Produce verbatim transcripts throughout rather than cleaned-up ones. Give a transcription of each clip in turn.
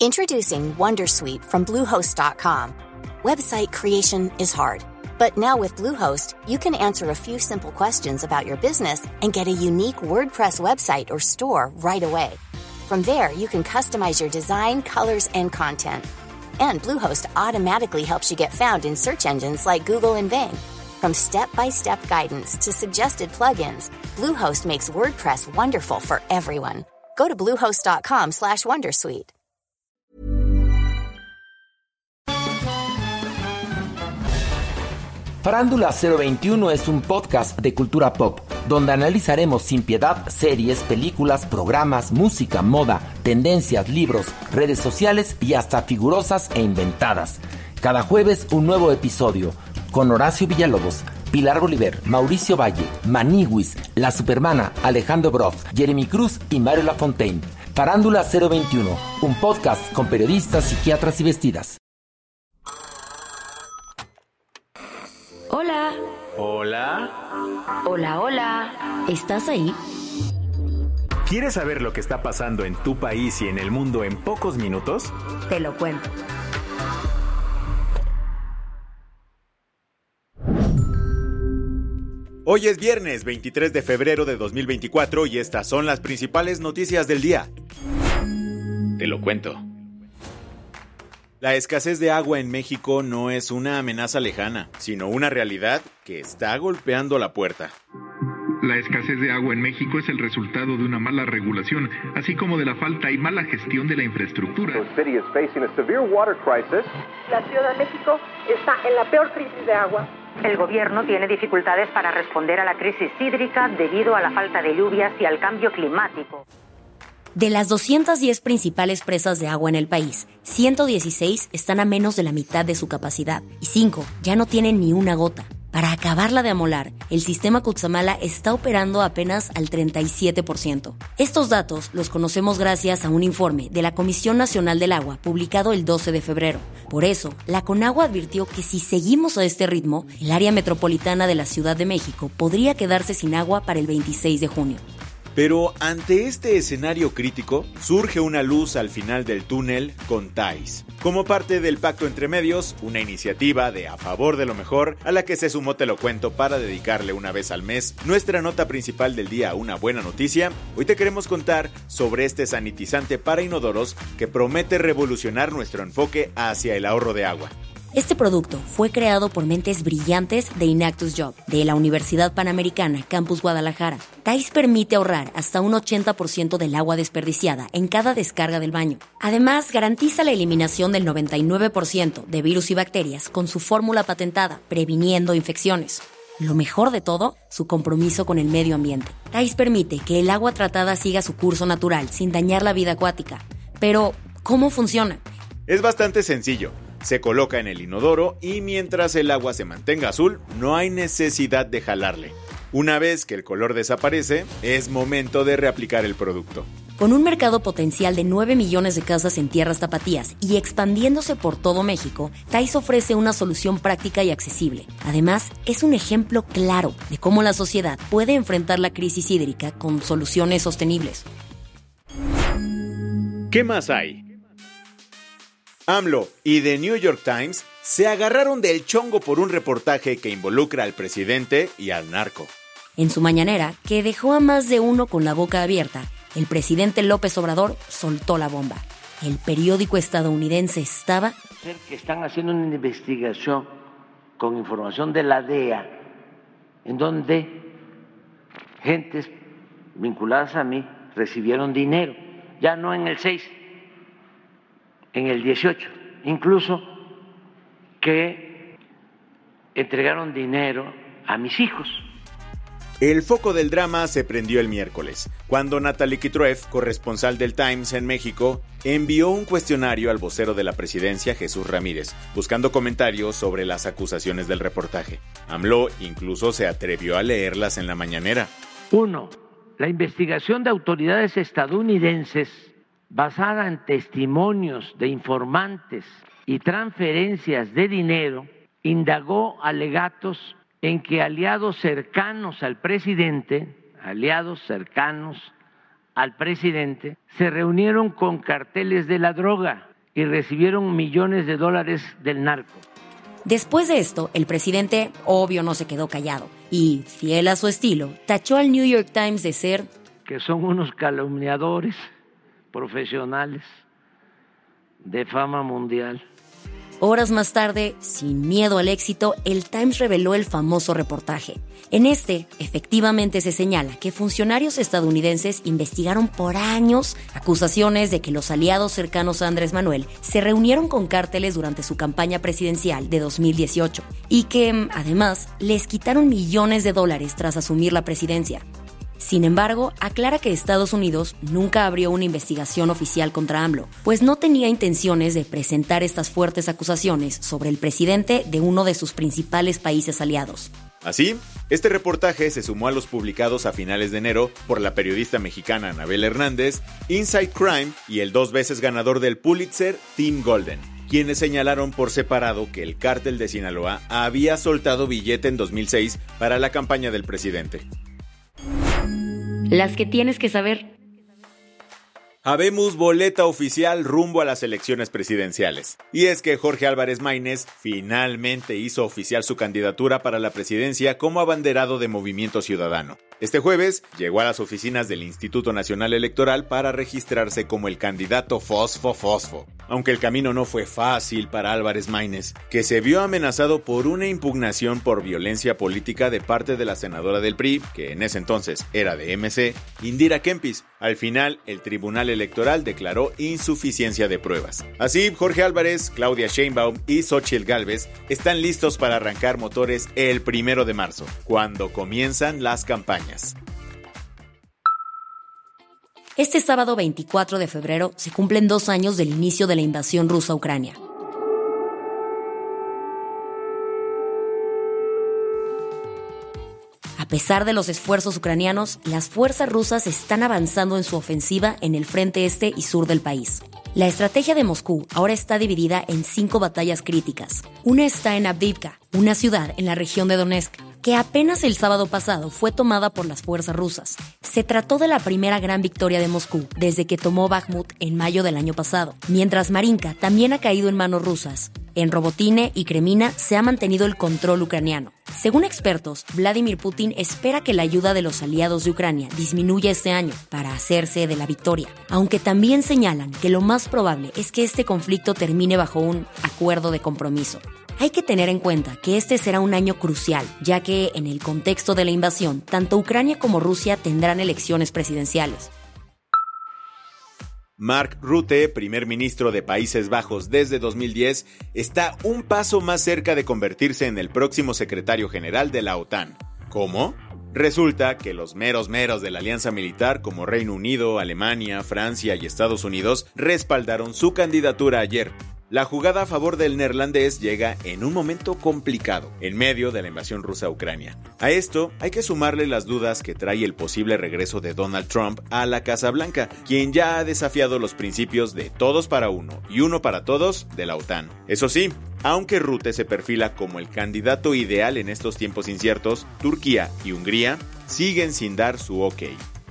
Introducing Wondersuite from Bluehost dot com. Website creation is hard, but now with Bluehost, you can answer a few simple questions about your business and get a unique WordPress website or store right away. From there, you can customize your design, colors, and content. And Bluehost automatically helps you get found in search engines like Google and Bing. From step-by-step guidance to suggested plugins, Bluehost makes WordPress wonderful for everyone. Go to bluehost dot com slash wondersuite. Farándula cero veintiuno es un podcast de cultura pop, donde analizaremos sin piedad series, películas, programas, música, moda, tendencias, libros, redes sociales y hasta figurosas e inventadas. Cada jueves un nuevo episodio, con Horacio Villalobos, Pilar Bolívar, Mauricio Valle, Maniwis, La Supermana, Alejandro Broff, Jeremy Cruz y Mario Lafontaine. Farándula cero veintiuno, un podcast con periodistas, psiquiatras y vestidas. Hola. Hola. Hola, hola. ¿Estás ahí? ¿Quieres saber lo que está pasando en tu país y en el mundo en pocos minutos? Te lo cuento. Hoy es viernes veintitrés de febrero de dos mil veinticuatro y estas son las principales noticias del día. Te lo cuento. La escasez de agua en México no es una amenaza lejana, sino una realidad que está golpeando la puerta. La escasez de agua en México es el resultado de una mala regulación, así como de la falta y mala gestión de la infraestructura. La Ciudad de México está en la peor crisis de agua. El gobierno tiene dificultades para responder a la crisis hídrica debido a la falta de lluvias y al cambio climático. De las doscientas diez principales presas de agua en el país, ciento dieciséis están a menos de la mitad de su capacidad y cinco ya no tienen ni una gota. Para acabarla de amolar, el sistema Cutzamala está operando apenas al treinta y siete por ciento. Estos datos los conocemos gracias a un informe de la Comisión Nacional del Agua publicado el doce de febrero. Por eso, la Conagua advirtió que si seguimos a este ritmo, el área metropolitana de la Ciudad de México podría quedarse sin agua para el veintiséis de junio. Pero ante este escenario crítico, surge una luz al final del túnel con Thais. Como parte del Pacto Entre Medios, una iniciativa de A Favor de lo Mejor, a la que se sumó Te lo cuento para dedicarle una vez al mes nuestra nota principal del día a una buena noticia, hoy te queremos contar sobre este sanitizante para inodoros que promete revolucionar nuestro enfoque hacia el ahorro de agua. Este producto fue creado por mentes brillantes de Inactus Job, de la Universidad Panamericana, Campus Guadalajara. Thais permite ahorrar hasta un ochenta por ciento del agua desperdiciada en cada descarga del baño. Además, garantiza la eliminación del noventa y nueve por ciento de virus y bacterias con su fórmula patentada, previniendo infecciones. Lo mejor de todo, su compromiso con el medio ambiente. Thais permite que el agua tratada siga su curso natural sin dañar la vida acuática. Pero, ¿cómo funciona? Es bastante sencillo. Se coloca en el inodoro y mientras el agua se mantenga azul, no hay necesidad de jalarle. Una vez que el color desaparece, es momento de reaplicar el producto. Con un mercado potencial de nueve millones de casas en tierras tapatías y expandiéndose por todo México, Thais ofrece una solución práctica y accesible. Además, es un ejemplo claro de cómo la sociedad puede enfrentar la crisis hídrica con soluciones sostenibles. ¿Qué más hay? AMLO y The New York Times se agarraron del chongo por un reportaje que involucra al presidente y al narco. En su mañanera, que dejó a más de uno con la boca abierta, el presidente López Obrador soltó la bomba. El periódico estadounidense estaba... que están haciendo una investigación con información de la D E A, en donde gentes vinculadas a mí recibieron dinero, ya no en el seis, en el dieciocho, incluso que entregaron dinero a mis hijos. El foco del drama se prendió el miércoles, cuando Natalie Kitrueff, corresponsal del Times en México, envió un cuestionario al vocero de la presidencia, Jesús Ramírez, buscando comentarios sobre las acusaciones del reportaje. AMLO incluso se atrevió a leerlas en la mañanera. Uno, la investigación de autoridades estadounidenses basada en testimonios de informantes y transferencias de dinero, indagó alegatos en que aliados cercanos al presidente, aliados cercanos al presidente, se reunieron con carteles de la droga y recibieron millones de dólares del narco. Después de esto, el presidente, obvio, no se quedó callado y, fiel a su estilo, tachó al New York Times de ser... que son unos calumniadores profesionales de fama mundial. Horas más tarde, sin miedo al éxito, el Times reveló el famoso reportaje. En este, efectivamente se señala que funcionarios estadounidenses investigaron por años acusaciones de que los aliados cercanos a Andrés Manuel se reunieron con cárteles durante su campaña presidencial de dos mil dieciocho y que, además, les quitaron millones de dólares tras asumir la presidencia. Sin embargo, aclara que Estados Unidos nunca abrió una investigación oficial contra AMLO, pues no tenía intenciones de presentar estas fuertes acusaciones sobre el presidente de uno de sus principales países aliados. Así, este reportaje se sumó a los publicados a finales de enero por la periodista mexicana Anabel Hernández, Inside Crime y el dos veces ganador del Pulitzer, Tim Golden, quienes señalaron por separado que el cártel de Sinaloa había soltado billete en dos mil seis para la campaña del presidente. Las que tienes que saber. Habemos boleta oficial rumbo a las elecciones presidenciales. Y es que Jorge Álvarez Maínez finalmente hizo oficial su candidatura para la presidencia como abanderado de Movimiento Ciudadano. Este jueves llegó a las oficinas del Instituto Nacional Electoral para registrarse como el candidato Fosfo Fosfo. Aunque el camino no fue fácil para Álvarez Maínez, que se vio amenazado por una impugnación por violencia política de parte de la senadora del P R I, que en ese entonces era de M C, Indira Kempis. Al final, el Tribunal Electoral declaró insuficiencia de pruebas. Así, Jorge Álvarez, Claudia Sheinbaum y Xóchitl Gálvez están listos para arrancar motores el primero de marzo, cuando comienzan las campañas. Este sábado veinticuatro de febrero se cumplen dos años del inicio de la invasión rusa a Ucrania. A pesar de los esfuerzos ucranianos, las fuerzas rusas están avanzando en su ofensiva en el frente este y sur del país. La estrategia de Moscú ahora está dividida en cinco batallas críticas. Una está en Avdiivka, una ciudad en la región de Donetsk, que apenas el sábado pasado fue tomada por las fuerzas rusas. Se trató de la primera gran victoria de Moscú desde que tomó Bakhmut en mayo del año pasado, mientras Marinka también ha caído en manos rusas. En Robotine y Kremina se ha mantenido el control ucraniano. Según expertos, Vladimir Putin espera que la ayuda de los aliados de Ucrania disminuya este año para hacerse de la victoria, aunque también señalan que lo más probable es que este conflicto termine bajo un acuerdo de compromiso. Hay que tener en cuenta que este será un año crucial, ya que en el contexto de la invasión, tanto Ucrania como Rusia tendrán elecciones presidenciales. Mark Rutte, primer ministro de Países Bajos desde dos mil diez, está un paso más cerca de convertirse en el próximo secretario general de la OTAN. ¿Cómo? Resulta que los meros meros de la alianza militar como Reino Unido, Alemania, Francia y Estados Unidos respaldaron su candidatura ayer. La jugada a favor del neerlandés llega en un momento complicado, en medio de la invasión rusa a Ucrania. A esto hay que sumarle las dudas que trae el posible regreso de Donald Trump a la Casa Blanca, quien ya ha desafiado los principios de todos para uno y uno para todos de la OTAN. Eso sí, aunque Rutte se perfila como el candidato ideal en estos tiempos inciertos, Turquía y Hungría siguen sin dar su ok.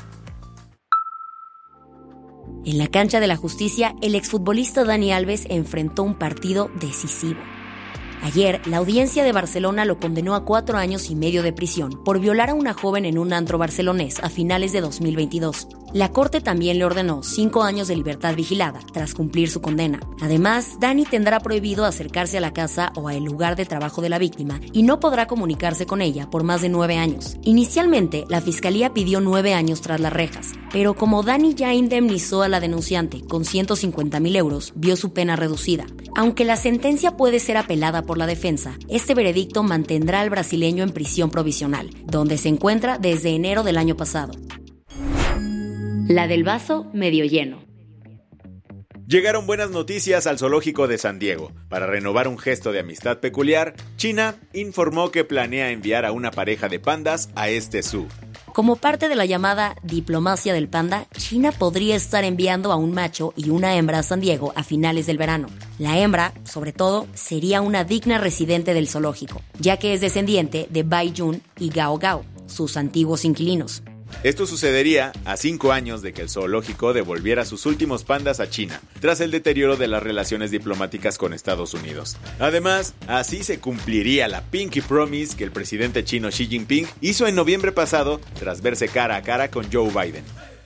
En la cancha de la justicia, el exfutbolista Dani Alves enfrentó un partido decisivo. Ayer, la audiencia de Barcelona lo condenó a cuatro años y medio de prisión por violar a una joven en un antro barcelonés a finales de dos mil veintidós. La corte también le ordenó cinco años de libertad vigilada tras cumplir su condena. Además, Dani tendrá prohibido acercarse a la casa o al lugar de trabajo de la víctima y no podrá comunicarse con ella por más de nueve años. Inicialmente, la fiscalía pidió nueve años tras las rejas, pero como Dani ya indemnizó a la denunciante con ciento cincuenta mil euros, vio su pena reducida. Aunque la sentencia puede ser apelada por la defensa, este veredicto mantendrá al brasileño en prisión provisional, donde se encuentra desde enero del año pasado. La del vaso medio lleno. Llegaron buenas noticias al zoológico de San Diego. Para renovar un gesto de amistad peculiar, China informó que planea enviar a una pareja de pandas a este zoo. Como parte de la llamada diplomacia del panda, China podría estar enviando a un macho y una hembra a San Diego a finales del verano. La hembra, sobre todo, sería una digna residente del zoológico, ya que es descendiente de Bai Jun y Gao Gao, sus antiguos inquilinos. Esto sucedería a cinco años de que el zoológico devolviera sus últimos pandas a China, tras el deterioro de las relaciones diplomáticas con Estados Unidos. Además, así se cumpliría la Pinky Promise que el presidente chino Xi Jinping hizo en noviembre pasado tras verse cara a cara con Joe Biden.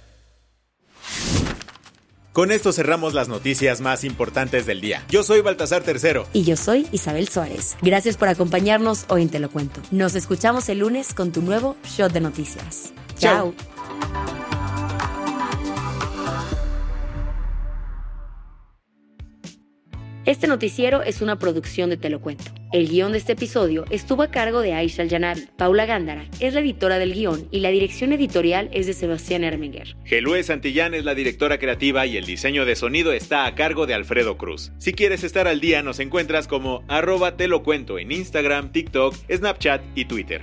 Con esto cerramos las noticias más importantes del día. Yo soy Baltasar Tercero. Y yo soy Isabel Suárez. Gracias por acompañarnos hoy en Te lo Cuento. Nos escuchamos el lunes con tu nuevo Shot de Noticias. Chao. Este noticiero es una producción de Te lo Cuento. El guión de este episodio estuvo a cargo de Aisha Al-Janabi. Paula Gándara es la editora del guión y la dirección editorial es de Sebastián Erminger. Gelúe Santillán es la directora creativa y el diseño de sonido está a cargo de Alfredo Cruz. Si quieres estar al día, nos encuentras como arroba Te lo Cuento en Instagram, TikTok, Snapchat y Twitter.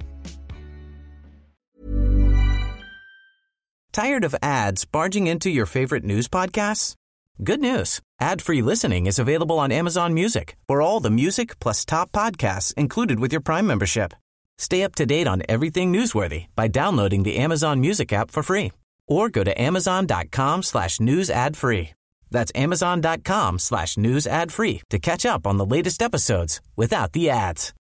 Tired of ads barging into your favorite news podcasts? Good news. Ad-free listening is available on Amazon Music for all the music plus top podcasts included with your Prime membership. Stay up to date on everything newsworthy by downloading the Amazon Music app for free or go to amazon.com slash news ad free. That's amazon.com slash news ad free to catch up on the latest episodes without the ads.